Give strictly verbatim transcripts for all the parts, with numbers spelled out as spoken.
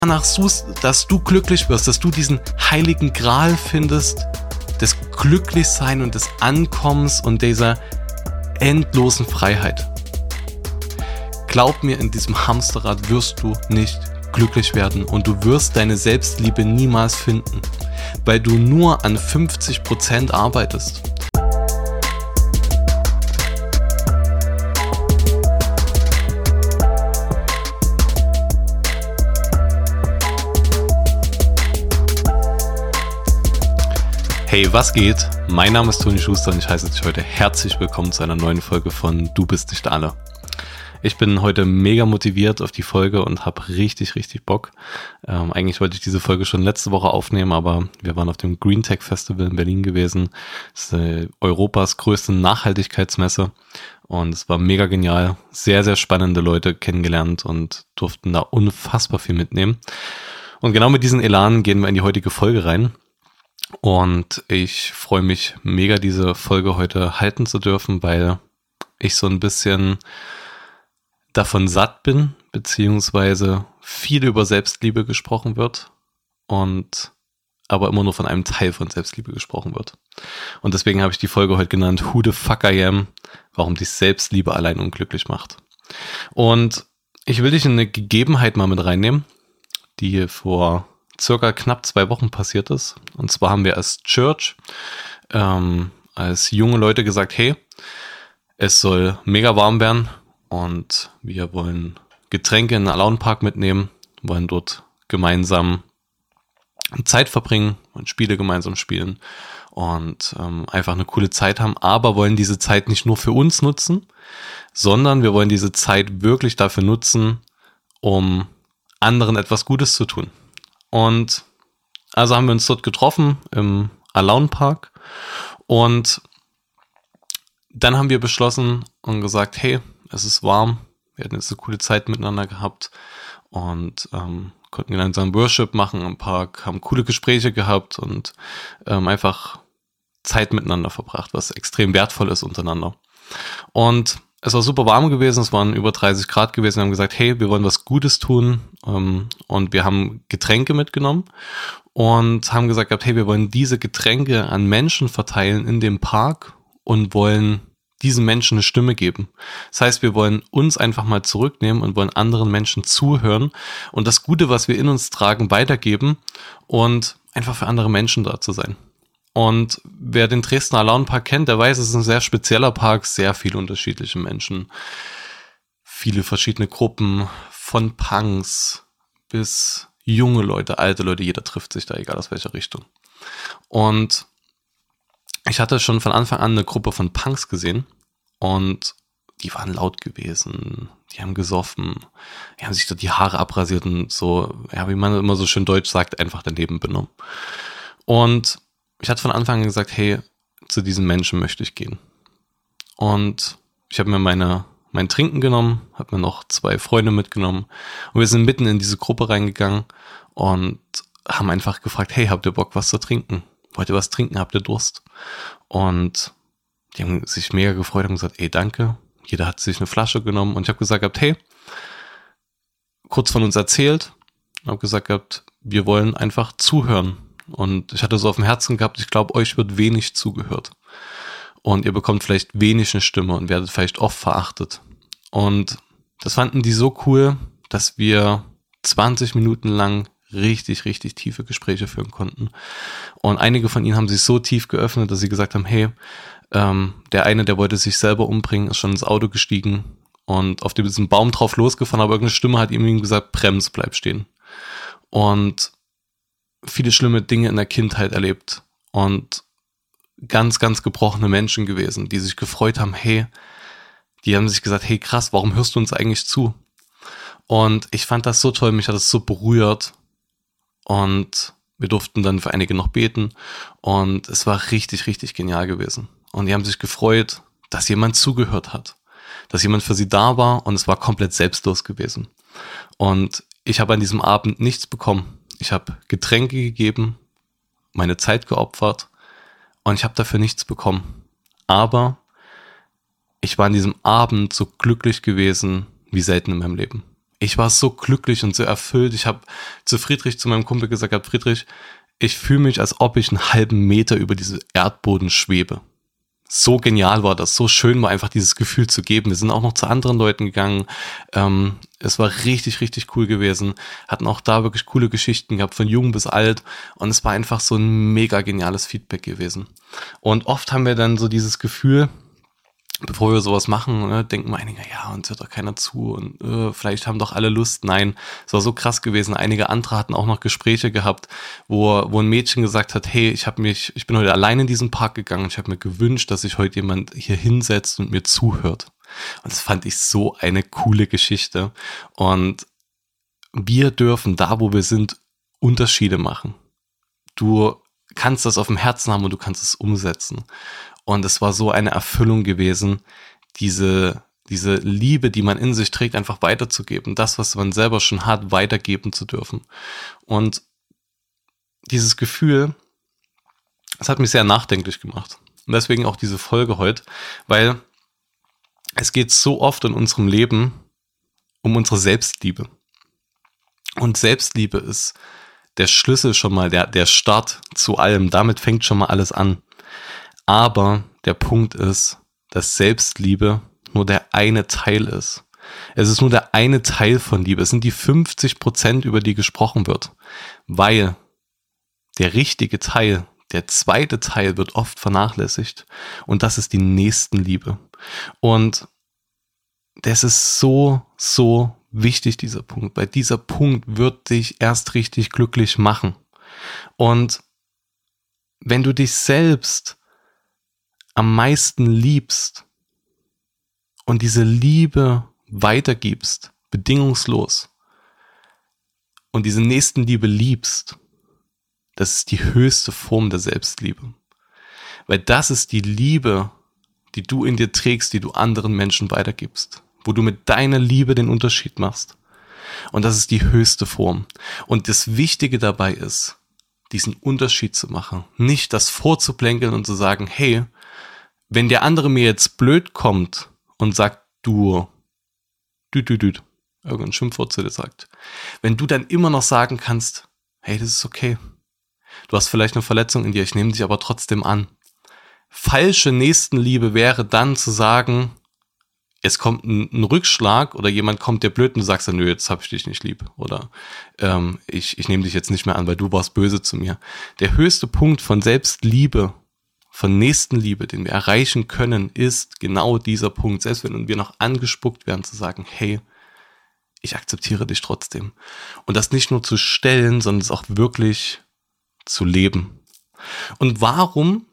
danach suchst, dass du glücklich wirst, dass du diesen heiligen Gral findest, des Glücklichsein und des Ankommens und dieser endlosen Freiheit. Glaub mir, in diesem Hamsterrad wirst du nicht glücklich werden und du wirst deine Selbstliebe niemals finden, weil du nur an fünfzig Prozent arbeitest. Hey, was geht? Mein Name ist Toni Schuster und ich heiße dich heute herzlich willkommen zu einer neuen Folge von Du bist nicht alle. Ich bin heute mega motiviert auf die Folge und habe richtig, richtig Bock. Ähm, eigentlich wollte ich diese Folge schon letzte Woche aufnehmen, aber wir waren auf dem Green Tech Festival in Berlin gewesen. Das ist äh, Europas größte Nachhaltigkeitsmesse und es war mega genial. Sehr, sehr spannende Leute kennengelernt und durften da unfassbar viel mitnehmen. Und genau mit diesen Elan gehen wir in die heutige Folge rein. Und ich freue mich mega, diese Folge heute halten zu dürfen, weil ich so ein bisschen davon satt bin, beziehungsweise viel über Selbstliebe gesprochen wird und aber immer nur von einem Teil von Selbstliebe gesprochen wird. Und deswegen habe ich die Folge heute genannt Who the fuck I am, warum dich Selbstliebe allein unglücklich macht. Und ich will dich in eine Gegebenheit mal mit reinnehmen, die vor circa knapp zwei Wochen passiert ist. Und zwar haben wir als Church, ähm, als junge Leute gesagt, hey, es soll mega warm werden und wir wollen Getränke in den Alaunpark mitnehmen, wollen dort gemeinsam Zeit verbringen und Spiele gemeinsam spielen und ähm, einfach eine coole Zeit haben, aber wollen diese Zeit nicht nur für uns nutzen, sondern wir wollen diese Zeit wirklich dafür nutzen, um anderen etwas Gutes zu tun. Und also haben wir uns dort getroffen im Alaunpark und dann haben wir beschlossen und gesagt, hey, es ist warm, wir hatten jetzt eine coole Zeit miteinander gehabt und ähm, konnten gemeinsam Worship machen im Park, haben coole Gespräche gehabt und ähm, einfach Zeit miteinander verbracht, was extrem wertvoll ist untereinander. Und es war super warm gewesen, es waren über dreißig Grad gewesen. Wir haben gesagt, hey, wir wollen was Gutes tun ähm, und wir haben Getränke mitgenommen und haben gesagt, hey, wir wollen diese Getränke an Menschen verteilen in dem Park und wollen diesen Menschen eine Stimme geben. Das heißt, wir wollen uns einfach mal zurücknehmen und wollen anderen Menschen zuhören und das Gute, was wir in uns tragen, weitergeben und einfach für andere Menschen da zu sein. Und wer den Dresdner Alaunpark kennt, der weiß, es ist ein sehr spezieller Park, sehr viele unterschiedliche Menschen, viele verschiedene Gruppen, von Punks bis junge Leute, alte Leute, jeder trifft sich da, egal aus welcher Richtung. Und ich hatte schon von Anfang an eine Gruppe von Punks gesehen und die waren laut gewesen, die haben gesoffen, die haben sich da die Haare abrasiert und so, ja, wie man immer so schön deutsch sagt, einfach daneben benommen. Und ich hatte von Anfang an gesagt, hey, zu diesen Menschen möchte ich gehen. Und ich habe mir meine, mein Trinken genommen, habe mir noch zwei Freunde mitgenommen und wir sind mitten in diese Gruppe reingegangen und haben einfach gefragt, hey, habt ihr Bock, was zu trinken? Wollt ihr was trinken? Habt ihr Durst? Und die haben sich mega gefreut und gesagt, ey, danke. Jeder hat sich eine Flasche genommen und ich habe gesagt, hey, kurz von uns erzählt, habe gesagt, wir wollen einfach zuhören. Und ich hatte so auf dem Herzen gehabt, ich glaube, euch wird wenig zugehört. Und ihr bekommt vielleicht wenig eine Stimme und werdet vielleicht oft verachtet. Und das fanden die so cool, dass wir zwanzig Minuten lang richtig, richtig tiefe Gespräche führen konnten. Und einige von ihnen haben sich so tief geöffnet, dass sie gesagt haben, hey, ähm, der eine, der wollte sich selber umbringen, ist schon ins Auto gestiegen und auf diesem Baum drauf losgefahren, aber irgendeine Stimme hat ihm gesagt, Brems, bleib stehen. Und viele schlimme Dinge in der Kindheit erlebt und ganz, ganz gebrochene Menschen gewesen, die sich gefreut haben, hey, die haben sich gesagt, hey krass, warum hörst du uns eigentlich zu? Und ich fand das so toll, mich hat das so berührt und wir durften dann für einige noch beten und es war richtig, richtig genial gewesen. Und die haben sich gefreut, dass jemand zugehört hat, dass jemand für sie da war und es war komplett selbstlos gewesen. Und ich habe an diesem Abend nichts bekommen. Ich habe Getränke gegeben, meine Zeit geopfert und ich habe dafür nichts bekommen. Aber ich war an diesem Abend so glücklich gewesen wie selten in meinem Leben. Ich war so glücklich und so erfüllt. Ich habe zu Friedrich, zu meinem Kumpel gesagt, Friedrich, ich fühle mich, als ob ich einen halben Meter über diese Erdboden schwebe. So genial war das, so schön war einfach dieses Gefühl zu geben. Wir sind auch noch zu anderen Leuten gegangen. Ähm, es war richtig, richtig cool gewesen. Hatten auch da wirklich coole Geschichten gehabt, von jung bis alt. Und es war einfach so ein mega geniales Feedback gewesen. Und oft haben wir dann so dieses Gefühl, bevor wir sowas machen, ne, denken einige, ja, uns hört doch keiner zu und äh, vielleicht haben doch alle Lust. Nein, es war so krass gewesen. Einige andere hatten auch noch Gespräche gehabt, wo wo ein Mädchen gesagt hat, hey, ich habe mich, ich bin heute allein in diesen Park gegangen und ich habe mir gewünscht, dass sich heute jemand hier hinsetzt und mir zuhört. Und das fand ich so eine coole Geschichte. Und wir dürfen da, wo wir sind, Unterschiede machen. Du kannst das auf dem Herzen haben und du kannst es umsetzen. Und es war so eine Erfüllung gewesen, diese, diese Liebe, die man in sich trägt, einfach weiterzugeben. Das, was man selber schon hat, weitergeben zu dürfen. Und dieses Gefühl, das hat mich sehr nachdenklich gemacht. Und deswegen auch diese Folge heute, weil es geht so oft in unserem Leben um unsere Selbstliebe. Und Selbstliebe ist der Schlüssel schon mal, der, der Start zu allem. Damit fängt schon mal alles an. Aber der Punkt ist, dass Selbstliebe nur der eine Teil ist. Es ist nur der eine Teil von Liebe. Es sind die fünfzig Prozent, über die gesprochen wird. Weil der richtige Teil, der zweite Teil wird oft vernachlässigt. Und das ist die Nächstenliebe. Und das ist so, so wichtig, dieser Punkt. Weil dieser Punkt wird dich erst richtig glücklich machen. Und wenn du dich selbst am meisten liebst und diese Liebe weitergibst, bedingungslos, und diese Nächstenliebe liebst, das ist die höchste Form der Selbstliebe. Weil das ist die Liebe, die du in dir trägst, die du anderen Menschen weitergibst, wo du mit deiner Liebe den Unterschied machst. Und das ist die höchste Form. Und das Wichtige dabei ist, diesen Unterschied zu machen. Nicht das vorzuplänkeln und zu sagen, hey, wenn der andere mir jetzt blöd kommt und sagt, du, du, du, du, irgendein Schimpfwort zu dir sagt, wenn du dann immer noch sagen kannst, hey, das ist okay. Du hast vielleicht eine Verletzung in dir, ich nehme dich aber trotzdem an. Falsche Nächstenliebe wäre dann zu sagen, es kommt ein, ein Rückschlag oder jemand kommt dir blöd und du sagst dann, nö, jetzt hab ich dich nicht lieb. Oder ähm, ich, ich nehme dich jetzt nicht mehr an, weil du warst böse zu mir. Der höchste Punkt von Selbstliebe, von Nächstenliebe, den wir erreichen können, ist genau dieser Punkt. Selbst wenn wir noch angespuckt werden, zu sagen, hey, ich akzeptiere dich trotzdem. Und das nicht nur zu stellen, sondern es auch wirklich zu leben. Und warum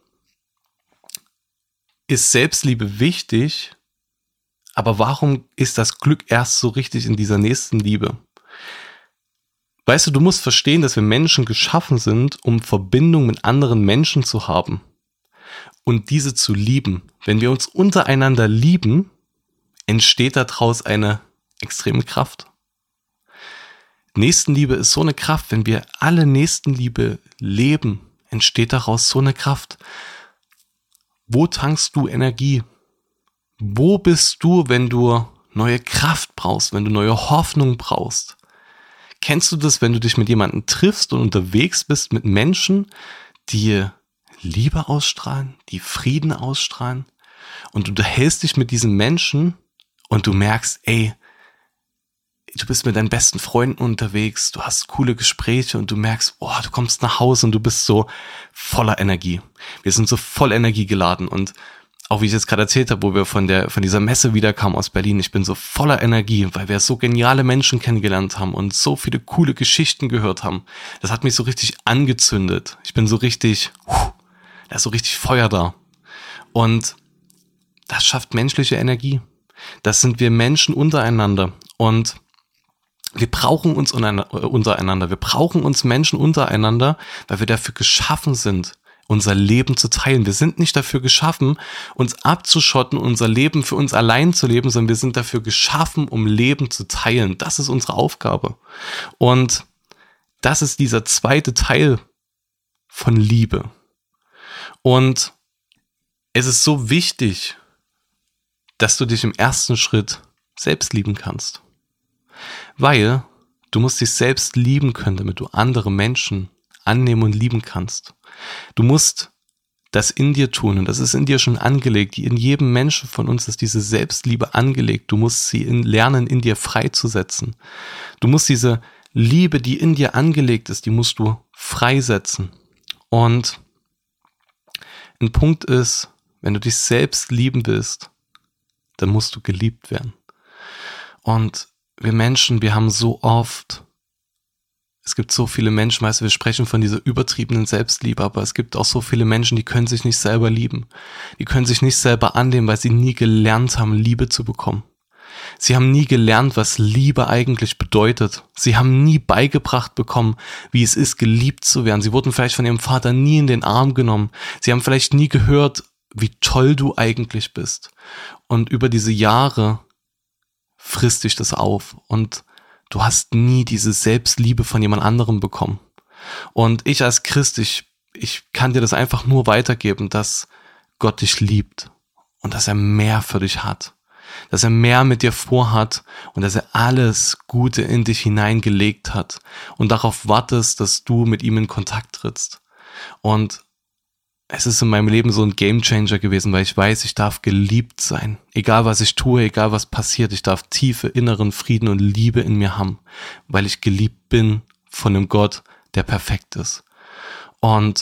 ist Selbstliebe wichtig, aber warum ist das Glück erst so richtig in dieser Nächstenliebe? Weißt du, du musst verstehen, dass wir Menschen geschaffen sind, um Verbindung mit anderen Menschen zu haben und diese zu lieben. Wenn wir uns untereinander lieben, entsteht daraus eine extreme Kraft. Nächstenliebe ist so eine Kraft, wenn wir alle Nächstenliebe leben, entsteht daraus so eine Kraft. Wo tankst du Energie? Wo bist du, wenn du neue Kraft brauchst, wenn du neue Hoffnung brauchst? Kennst du das, wenn du dich mit jemandem triffst und unterwegs bist mit Menschen, die Liebe ausstrahlen, die Frieden ausstrahlen, und du unterhältst dich mit diesen Menschen und du merkst, ey, du bist mit deinen besten Freunden unterwegs, du hast coole Gespräche und du merkst, oh, du kommst nach Hause und du bist so voller Energie. Wir sind so voll Energie geladen und auch wie ich jetzt gerade erzählt habe, wo wir von der von dieser Messe wiederkamen aus Berlin, ich bin so voller Energie, weil wir so geniale Menschen kennengelernt haben und so viele coole Geschichten gehört haben. Das hat mich so richtig angezündet. Ich bin so richtig, da ist so richtig Feuer da. Und das schafft menschliche Energie. Das sind wir Menschen untereinander. Und wir brauchen uns untereinander. Wir brauchen uns Menschen untereinander, weil wir dafür geschaffen sind, unser Leben zu teilen. Wir sind nicht dafür geschaffen, uns abzuschotten, unser Leben für uns allein zu leben, sondern wir sind dafür geschaffen, um Leben zu teilen. Das ist unsere Aufgabe. Und das ist dieser zweite Teil von Liebe. Und es ist so wichtig, dass du dich im ersten Schritt selbst lieben kannst. Weil du musst dich selbst lieben können, damit du andere Menschen annehmen und lieben kannst. Du musst das in dir tun und das ist in dir schon angelegt. In jedem Menschen von uns ist diese Selbstliebe angelegt. Du musst sie in, lernen, in dir freizusetzen. Du musst diese Liebe, die in dir angelegt ist, die musst du freisetzen. Und ein Punkt ist, wenn du dich selbst lieben willst, dann musst du geliebt werden. Und wir Menschen, wir haben so oft, es gibt so viele Menschen, weißt du, wir sprechen von dieser übertriebenen Selbstliebe, aber es gibt auch so viele Menschen, die können sich nicht selber lieben. Die können sich nicht selber annehmen, weil sie nie gelernt haben, Liebe zu bekommen. Sie haben nie gelernt, was Liebe eigentlich bedeutet. Sie haben nie beigebracht bekommen, wie es ist, geliebt zu werden. Sie wurden vielleicht von ihrem Vater nie in den Arm genommen. Sie haben vielleicht nie gehört, wie toll du eigentlich bist. Und über diese Jahre frisst dich das auf und du hast nie diese Selbstliebe von jemand anderem bekommen. Und ich als Christ, ich, ich kann dir das einfach nur weitergeben, dass Gott dich liebt und dass er mehr für dich hat. Dass er mehr mit dir vorhat und dass er alles Gute in dich hineingelegt hat und darauf wartest, dass du mit ihm in Kontakt trittst. Und es ist in meinem Leben so ein Gamechanger gewesen, weil ich weiß, ich darf geliebt sein. Egal was ich tue, egal was passiert, ich darf tiefe inneren Frieden und Liebe in mir haben, weil ich geliebt bin von einem Gott, der perfekt ist. Und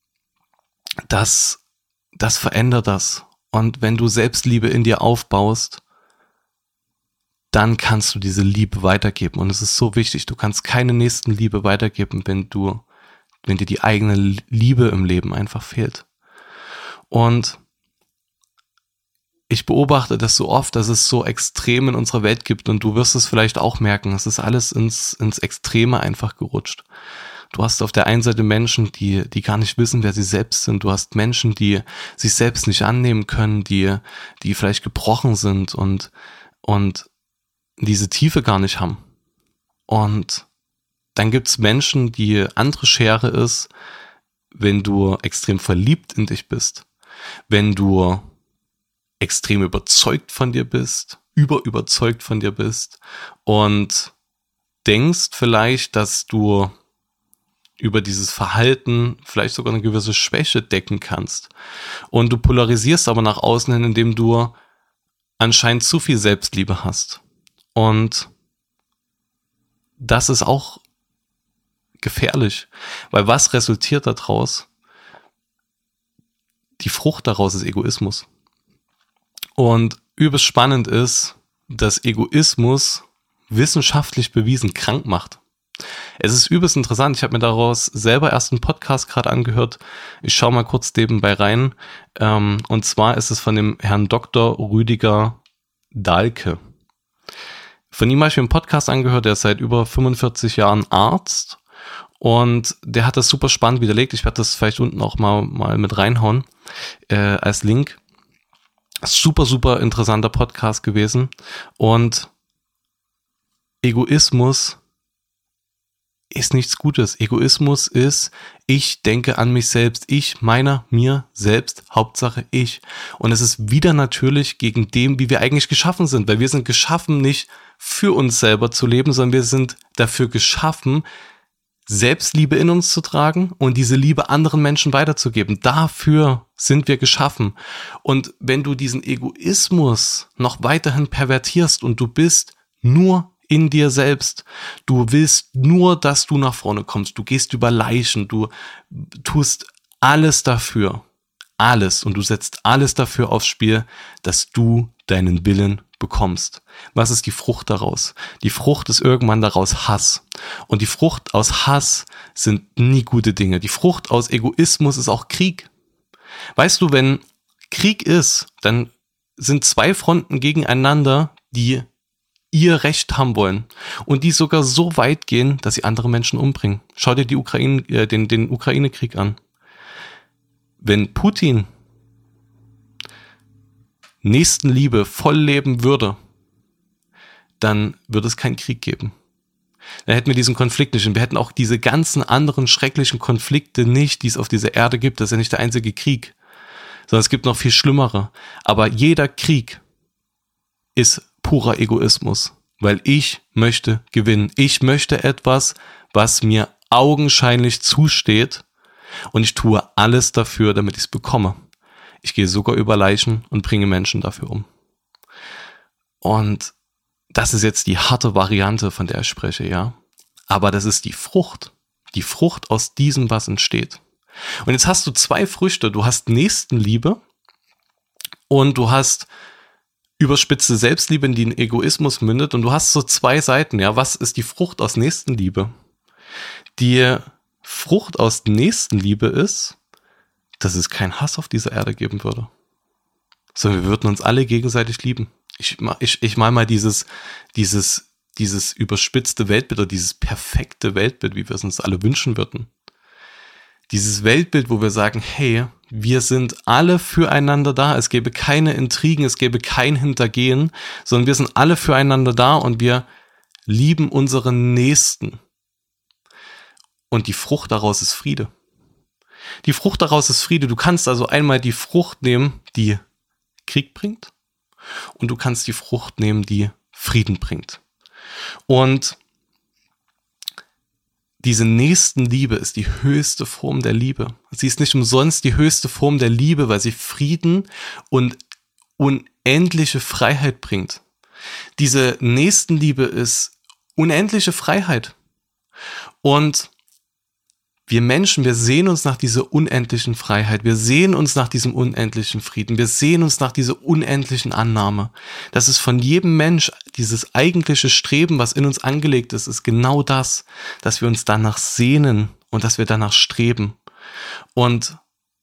das, das verändert das. Und wenn du Selbstliebe in dir aufbaust, dann kannst du diese Liebe weitergeben. Und es ist so wichtig, du kannst keine Nächstenliebe weitergeben, wenn du, wenn dir die eigene Liebe im Leben einfach fehlt. Und ich beobachte das so oft, dass es so Extreme in unserer Welt gibt und du wirst es vielleicht auch merken, es ist alles ins, ins Extreme einfach gerutscht. Du hast auf der einen Seite Menschen, die, die gar nicht wissen, wer sie selbst sind. Du hast Menschen, die sich selbst nicht annehmen können, die, die vielleicht gebrochen sind und, und diese Tiefe gar nicht haben. Und dann gibt's Menschen, die andere Schere ist, wenn du extrem verliebt in dich bist, wenn du extrem überzeugt von dir bist, überüberzeugt von dir bist und denkst vielleicht, dass du über dieses Verhalten vielleicht sogar eine gewisse Schwäche decken kannst. Und du polarisierst aber nach außen hin, indem du anscheinend zu viel Selbstliebe hast. Und das ist auch gefährlich, weil was resultiert daraus? Die Frucht daraus ist Egoismus. Und übelst spannend ist, dass Egoismus wissenschaftlich bewiesen krank macht. Es ist übelst interessant. Ich habe mir daraus selber erst einen Podcast gerade angehört. Ich schaue mal kurz nebenbei rein. Ähm, und zwar ist es von dem Herrn Doktor Rüdiger Dahlke. Von ihm habe ich mir einen Podcast angehört. Der ist seit über fünfundvierzig Jahren Arzt. Und der hat das super spannend widerlegt. Ich werde das vielleicht unten auch mal, mal mit reinhauen äh, als Link. Super, super interessanter Podcast gewesen. Und Egoismus ist nichts Gutes. Egoismus ist, ich denke an mich selbst, ich, meiner, mir, selbst, Hauptsache ich. Und es ist wieder natürlich gegen dem, wie wir eigentlich geschaffen sind, weil wir sind geschaffen, nicht für uns selber zu leben, sondern wir sind dafür geschaffen, Selbstliebe in uns zu tragen und diese Liebe anderen Menschen weiterzugeben. Dafür sind wir geschaffen. Und wenn du diesen Egoismus noch weiterhin pervertierst und du bist nur in dir selbst. Du willst nur, dass du nach vorne kommst. Du gehst über Leichen. Du tust alles dafür. Alles. Und du setzt alles dafür aufs Spiel, dass du deinen Willen bekommst. Was ist die Frucht daraus? Die Frucht ist irgendwann daraus Hass. Und die Frucht aus Hass sind nie gute Dinge. Die Frucht aus Egoismus ist auch Krieg. Weißt du, wenn Krieg ist, dann sind zwei Fronten gegeneinander, die ihr Recht haben wollen und die sogar so weit gehen, dass sie andere Menschen umbringen. Schau dir die Ukraine, äh, den, den Ukraine-Krieg an. Wenn Putin Nächstenliebe voll leben würde, dann würde es keinen Krieg geben. Dann hätten wir diesen Konflikt nicht und wir hätten auch diese ganzen anderen schrecklichen Konflikte nicht, die es auf dieser Erde gibt. Das ist ja nicht der einzige Krieg, sondern es gibt noch viel schlimmere. Aber jeder Krieg ist purer Egoismus. weil ich möchte gewinnen. Ich möchte etwas, was mir augenscheinlich zusteht und ich tue alles dafür, damit ich es bekomme. Ich gehe sogar über Leichen und bringe Menschen dafür um. Und das ist jetzt die harte Variante, von der ich spreche, ja. Aber das ist die Frucht. Die Frucht aus diesem, was entsteht. Und jetzt hast du zwei Früchte. Du hast Nächstenliebe und du hast überspitzte Selbstliebe, in die in Egoismus mündet. Und du hast so zwei Seiten, ja. Was ist die Frucht aus Nächstenliebe? Die Frucht aus Nächstenliebe ist, dass es keinen Hass auf dieser Erde geben würde. Sondern wir würden uns alle gegenseitig lieben. Ich, ich, ich mal mal dieses, dieses, dieses überspitzte Weltbild oder dieses perfekte Weltbild, wie wir es uns alle wünschen würden. Dieses Weltbild, wo wir sagen, hey, wir sind alle füreinander da, es gäbe keine Intrigen, es gäbe kein Hintergehen, sondern wir sind alle füreinander da und wir lieben unseren Nächsten. Und die Frucht daraus ist Friede. Die Frucht daraus ist Friede. Du kannst also einmal die Frucht nehmen, die Krieg bringt, und du kannst die Frucht nehmen, die Frieden bringt. Und diese Nächstenliebe ist die höchste Form der Liebe. Sie ist nicht umsonst die höchste Form der Liebe, weil sie Frieden und unendliche Freiheit bringt. Diese Nächstenliebe ist unendliche Freiheit. Und wir Menschen, wir sehen uns nach dieser unendlichen Freiheit. Wir sehen uns nach diesem unendlichen Frieden. Wir sehen uns nach dieser unendlichen Annahme. Das ist von jedem Mensch, dieses eigentliche Streben, was in uns angelegt ist, ist genau das, dass wir uns danach sehnen und dass wir danach streben. Und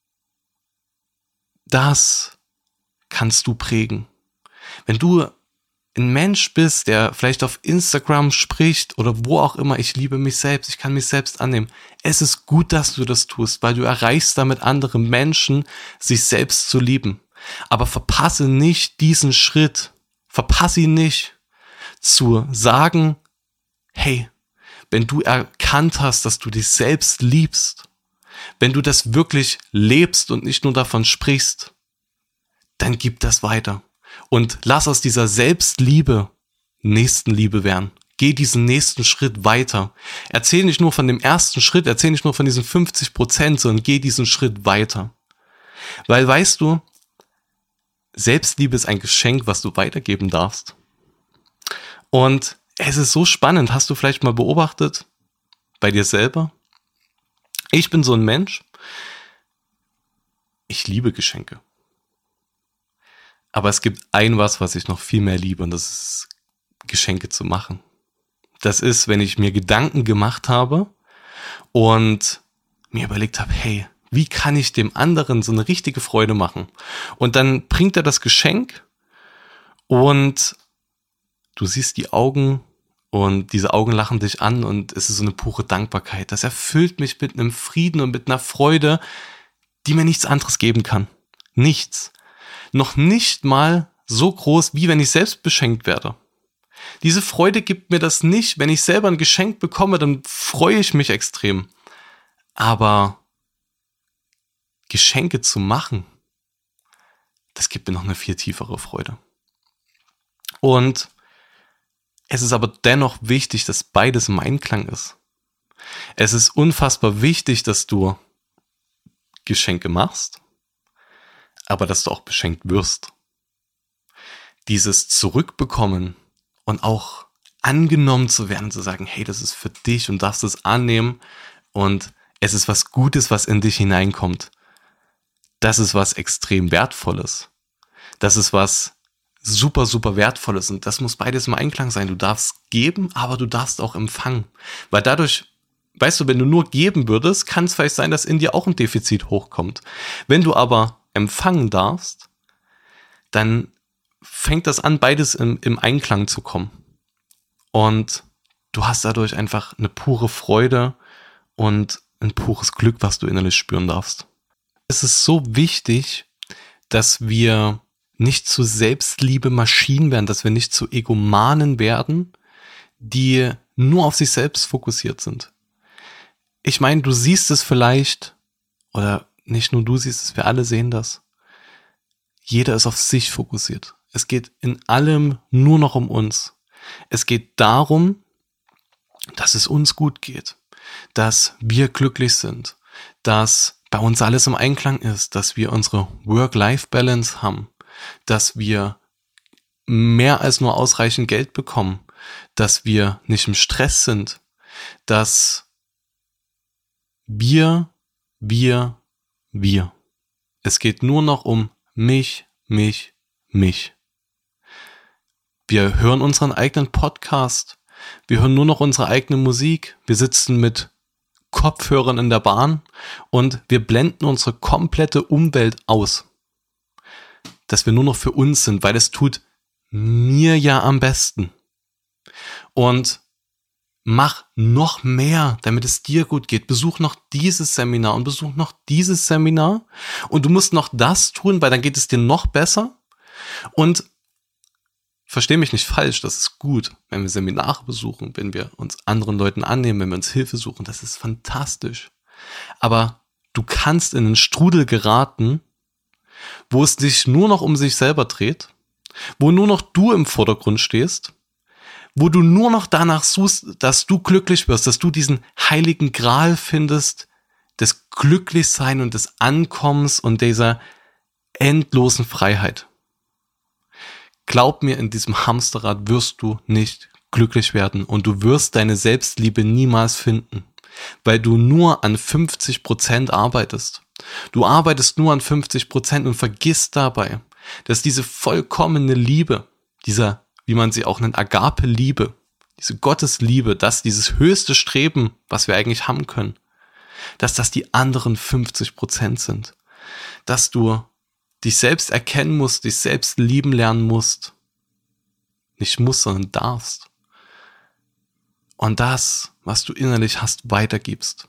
das kannst du prägen. Wenn du ein Mensch bist, der vielleicht auf Instagram spricht oder wo auch immer, ich liebe mich selbst, ich kann mich selbst annehmen. Es ist gut, dass du das tust, weil du erreichst damit andere Menschen, sich selbst zu lieben. Aber verpasse nicht diesen Schritt, verpasse ihn nicht, zu sagen, hey, wenn du erkannt hast, dass du dich selbst liebst, wenn du das wirklich lebst und nicht nur davon sprichst, dann gib das weiter. Und lass aus dieser Selbstliebe Nächstenliebe werden. Geh diesen nächsten Schritt weiter. Erzähl nicht nur von dem ersten Schritt, erzähl nicht nur von diesen fünfzig Prozent, sondern geh diesen Schritt weiter. Weil, weißt du, Selbstliebe ist ein Geschenk, was du weitergeben darfst. Und es ist so spannend, hast du vielleicht mal beobachtet, bei dir selber? Ich bin so ein Mensch, ich liebe Geschenke. Aber es gibt ein was, was ich noch viel mehr liebe, und das ist Geschenke zu machen. Das ist, wenn ich mir Gedanken gemacht habe und mir überlegt habe, hey, wie kann ich dem anderen so eine richtige Freude machen? Und dann bringt er das Geschenk und du siehst die Augen und diese Augen lachen dich an und es ist so eine pure Dankbarkeit. Das erfüllt mich mit einem Frieden und mit einer Freude, die mir nichts anderes geben kann. Nichts. Noch nicht mal so groß, wie wenn ich selbst beschenkt werde. Diese Freude gibt mir das nicht. Wenn ich selber ein Geschenk bekomme, dann freue ich mich extrem. Aber Geschenke zu machen, das gibt mir noch eine viel tiefere Freude. Und es ist aber dennoch wichtig, dass beides im Einklang ist. Es ist unfassbar wichtig, dass du Geschenke machst, aber dass du auch beschenkt wirst. Dieses Zurückbekommen und auch angenommen zu werden, zu sagen, hey, das ist für dich und darfst es annehmen und es ist was Gutes, was in dich hineinkommt. Das ist was extrem Wertvolles. Das ist was super, super Wertvolles und das muss beides im Einklang sein. Du darfst geben, aber du darfst auch empfangen. Weil dadurch, weißt du, wenn du nur geben würdest, kann es vielleicht sein, dass in dir auch ein Defizit hochkommt. Wenn du aber empfangen darfst, dann fängt das an, beides im, im Einklang zu kommen. Und du hast dadurch einfach eine pure Freude und ein pures Glück, was du innerlich spüren darfst. Es ist so wichtig, dass wir nicht zu Selbstliebe-Maschinen werden, dass wir nicht zu Egomanen werden, die nur auf sich selbst fokussiert sind. Ich meine, du siehst es vielleicht, oder nicht nur du siehst es, wir alle sehen das. Jeder ist auf sich fokussiert. Es geht in allem nur noch um uns. Es geht darum, dass es uns gut geht, dass wir glücklich sind, dass bei uns alles im Einklang ist, dass wir unsere Work-Life-Balance haben, dass wir mehr als nur ausreichend Geld bekommen, dass wir nicht im Stress sind, dass wir, wir, wir. Es geht nur noch um mich, mich, mich. Wir hören unseren eigenen Podcast, wir hören nur noch unsere eigene Musik, wir sitzen mit Kopfhörern in der Bahn und wir blenden unsere komplette Umwelt aus. Dass wir nur noch für uns sind, weil es tut mir ja am besten. Und mach noch mehr, damit es dir gut geht. Besuch noch dieses Seminar und besuch noch dieses Seminar. Und du musst noch das tun, weil dann geht es dir noch besser. Und versteh mich nicht falsch, das ist gut, wenn wir Seminare besuchen, wenn wir uns anderen Leuten annehmen, wenn wir uns Hilfe suchen. Das ist fantastisch. Aber du kannst in einen Strudel geraten, wo es sich nur noch um sich selber dreht, wo nur noch du im Vordergrund stehst, wo du nur noch danach suchst, dass du glücklich wirst, dass du diesen heiligen Gral findest, des Glücklichsein und des Ankommens und dieser endlosen Freiheit. Glaub mir, in diesem Hamsterrad wirst du nicht glücklich werden und du wirst deine Selbstliebe niemals finden, weil du nur an fünfzig Prozent arbeitest. Du arbeitest nur an fünfzig Prozent und vergisst dabei, dass diese vollkommene Liebe, dieser, wie man sie auch nennt, Agape-Liebe, diese Gottesliebe, dass dieses höchste Streben, was wir eigentlich haben können, dass das die anderen fünfzig Prozent sind. Dass du dich selbst erkennen musst, dich selbst lieben lernen musst. Nicht musst, sondern darfst. Und das, was du innerlich hast, weitergibst.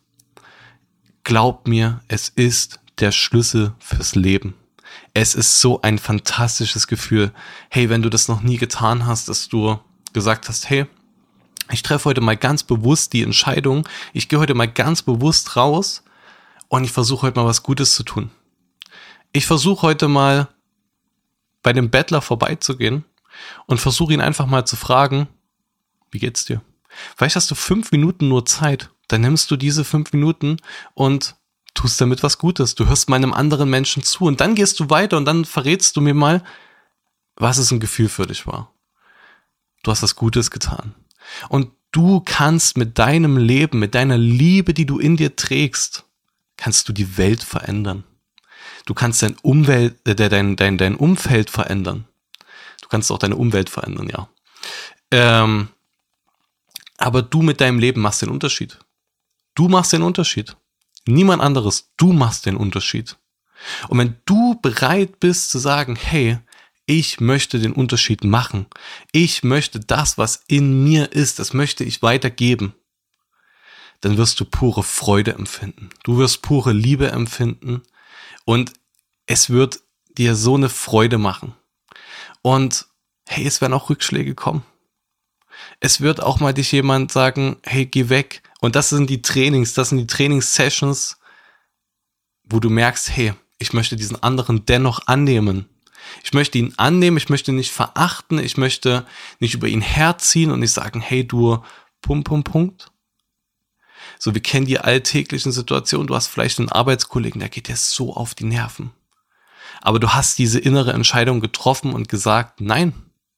Glaub mir, es ist der Schlüssel fürs Leben. Es ist so ein fantastisches Gefühl. Hey, wenn du das noch nie getan hast, dass du gesagt hast, hey, ich treffe heute mal ganz bewusst die Entscheidung, ich gehe heute mal ganz bewusst raus und ich versuche heute mal was Gutes zu tun. Ich versuche heute mal bei dem Bettler vorbeizugehen und versuche ihn einfach mal zu fragen, wie geht's dir? Vielleicht hast du fünf Minuten nur Zeit, dann nimmst du diese fünf Minuten und tust damit was Gutes. Du hörst mal einem anderen Menschen zu und dann gehst du weiter und dann verrätst du mir mal, was es ein Gefühl für dich war. Du hast was Gutes getan. Und du kannst mit deinem Leben, mit deiner Liebe, die du in dir trägst, kannst du die Welt verändern. Du kannst dein Umwelt, äh, dein, dein, dein Umfeld verändern. Du kannst auch deine Umwelt verändern, ja. Ähm, aber du mit deinem Leben machst den Unterschied. Du machst den Unterschied. Niemand anderes. Du machst den Unterschied. Und wenn du bereit bist zu sagen, hey, ich möchte den Unterschied machen. Ich möchte das, was in mir ist, das möchte ich weitergeben. Dann wirst du pure Freude empfinden. Du wirst pure Liebe empfinden. Und es wird dir so eine Freude machen. Und hey, es werden auch Rückschläge kommen. Es wird auch mal dich jemand sagen, hey, geh weg. Und das sind die Trainings, das sind die Trainingssessions, wo du merkst, hey, ich möchte diesen anderen dennoch annehmen. Ich möchte ihn annehmen, ich möchte ihn nicht verachten, ich möchte nicht über ihn herziehen und nicht sagen, hey, du, Punkt, Punkt, Punkt. So, wir kennen die alltäglichen Situationen, du hast vielleicht einen Arbeitskollegen, der geht dir so auf die Nerven. Aber du hast diese innere Entscheidung getroffen und gesagt, nein,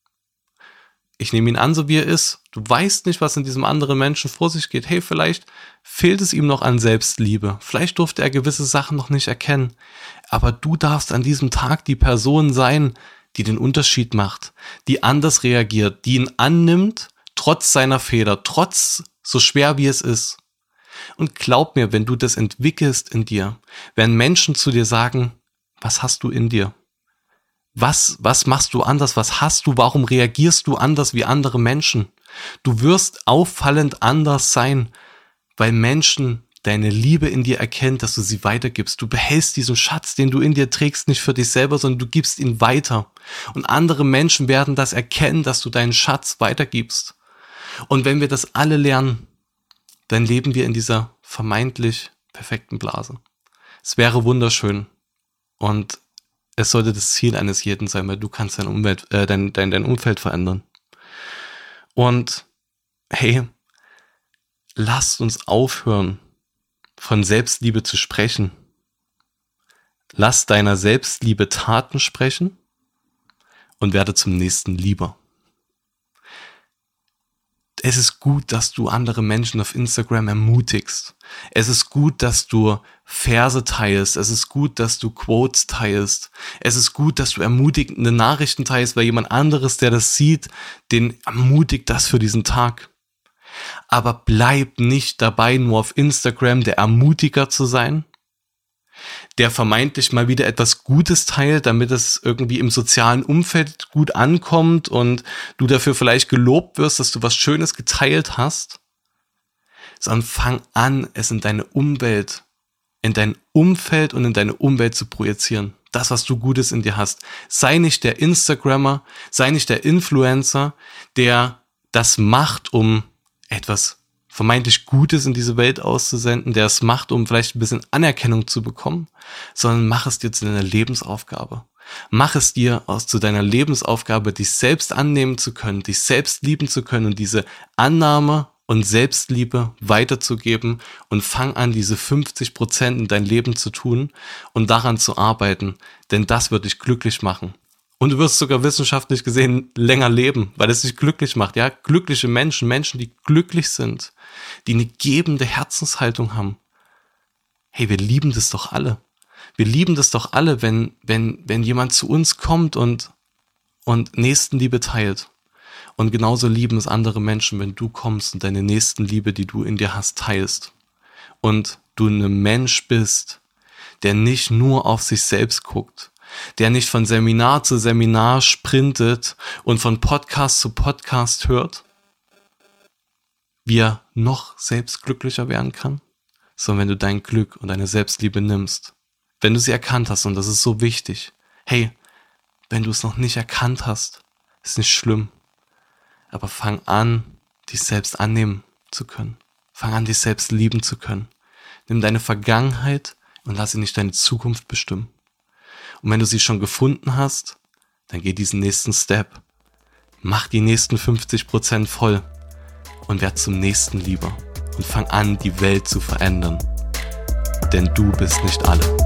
ich nehme ihn an, so wie er ist. Du weißt nicht, was in diesem anderen Menschen vor sich geht. Hey, vielleicht fehlt es ihm noch an Selbstliebe. Vielleicht durfte er gewisse Sachen noch nicht erkennen. Aber du darfst an diesem Tag die Person sein, die den Unterschied macht, die anders reagiert, die ihn annimmt, trotz seiner Fehler, trotz so schwer wie es ist. Und glaub mir, wenn du das entwickelst in dir, werden Menschen zu dir sagen, was hast du in dir? Was, was machst du anders? Was hast du? Warum reagierst du anders wie andere Menschen? Du wirst auffallend anders sein, weil Menschen deine Liebe in dir erkennen, dass du sie weitergibst. Du behältst diesen Schatz, den du in dir trägst, nicht für dich selber, sondern du gibst ihn weiter. Und andere Menschen werden das erkennen, dass du deinen Schatz weitergibst. Und wenn wir das alle lernen, dann leben wir in dieser vermeintlich perfekten Blase. Es wäre wunderschön. Und es sollte das Ziel eines jeden sein, weil du kannst dein Umwelt, äh, dein, dein, dein Umfeld verändern. Und hey, lasst uns aufhören, von Selbstliebe zu sprechen. Lass deiner Selbstliebe Taten sprechen und werde zum Nächsten lieber. Es ist gut, dass du andere Menschen auf Instagram ermutigst. Es ist gut, dass du Verse teilst. Es ist gut, dass du Quotes teilst. Es ist gut, dass du ermutigende Nachrichten teilst, weil jemand anderes, der das sieht, den ermutigt das für diesen Tag. Aber bleib nicht dabei, nur auf Instagram der Ermutiger zu sein, der vermeintlich mal wieder etwas Gutes teilt, damit es irgendwie im sozialen Umfeld gut ankommt und du dafür vielleicht gelobt wirst, dass du was Schönes geteilt hast, sondern fang an, es in deine Umwelt, in dein Umfeld und in deine Umwelt zu projizieren. Das, was du Gutes in dir hast. Sei nicht der Instagrammer, sei nicht der Influencer, der das macht, um etwas vermeintlich Gutes in diese Welt auszusenden, der es macht, um vielleicht ein bisschen Anerkennung zu bekommen, sondern mach es dir zu deiner Lebensaufgabe. Mach es dir aus zu deiner Lebensaufgabe, dich selbst annehmen zu können, dich selbst lieben zu können und diese Annahme und Selbstliebe weiterzugeben und fang an, diese fünfzig Prozent in dein Leben zu tun und daran zu arbeiten, denn das wird dich glücklich machen. Und du wirst sogar wissenschaftlich gesehen länger leben, weil es dich glücklich macht. Ja, glückliche Menschen, Menschen, die glücklich sind, die eine gebende Herzenshaltung haben. Hey, wir lieben das doch alle. Wir lieben das doch alle, wenn wenn wenn jemand zu uns kommt und und Nächstenliebe teilt. Und genauso lieben es andere Menschen, wenn du kommst und deine Nächstenliebe, die du in dir hast, teilst. Und du ein Mensch bist, der nicht nur auf sich selbst guckt, der nicht von Seminar zu Seminar sprintet und von Podcast zu Podcast hört, wie er noch selbst glücklicher werden kann, sondern wenn du dein Glück und deine Selbstliebe nimmst, wenn du sie erkannt hast, und das ist so wichtig, hey, wenn du es noch nicht erkannt hast, ist nicht schlimm, aber fang an, dich selbst annehmen zu können, fang an, dich selbst lieben zu können, nimm deine Vergangenheit und lass sie nicht deine Zukunft bestimmen. Und wenn du sie schon gefunden hast, dann geh diesen nächsten Step. Mach die nächsten fünfzig Prozent voll und werd zum Nächsten lieber. Und fang an, die Welt zu verändern. Denn du bist nicht alle.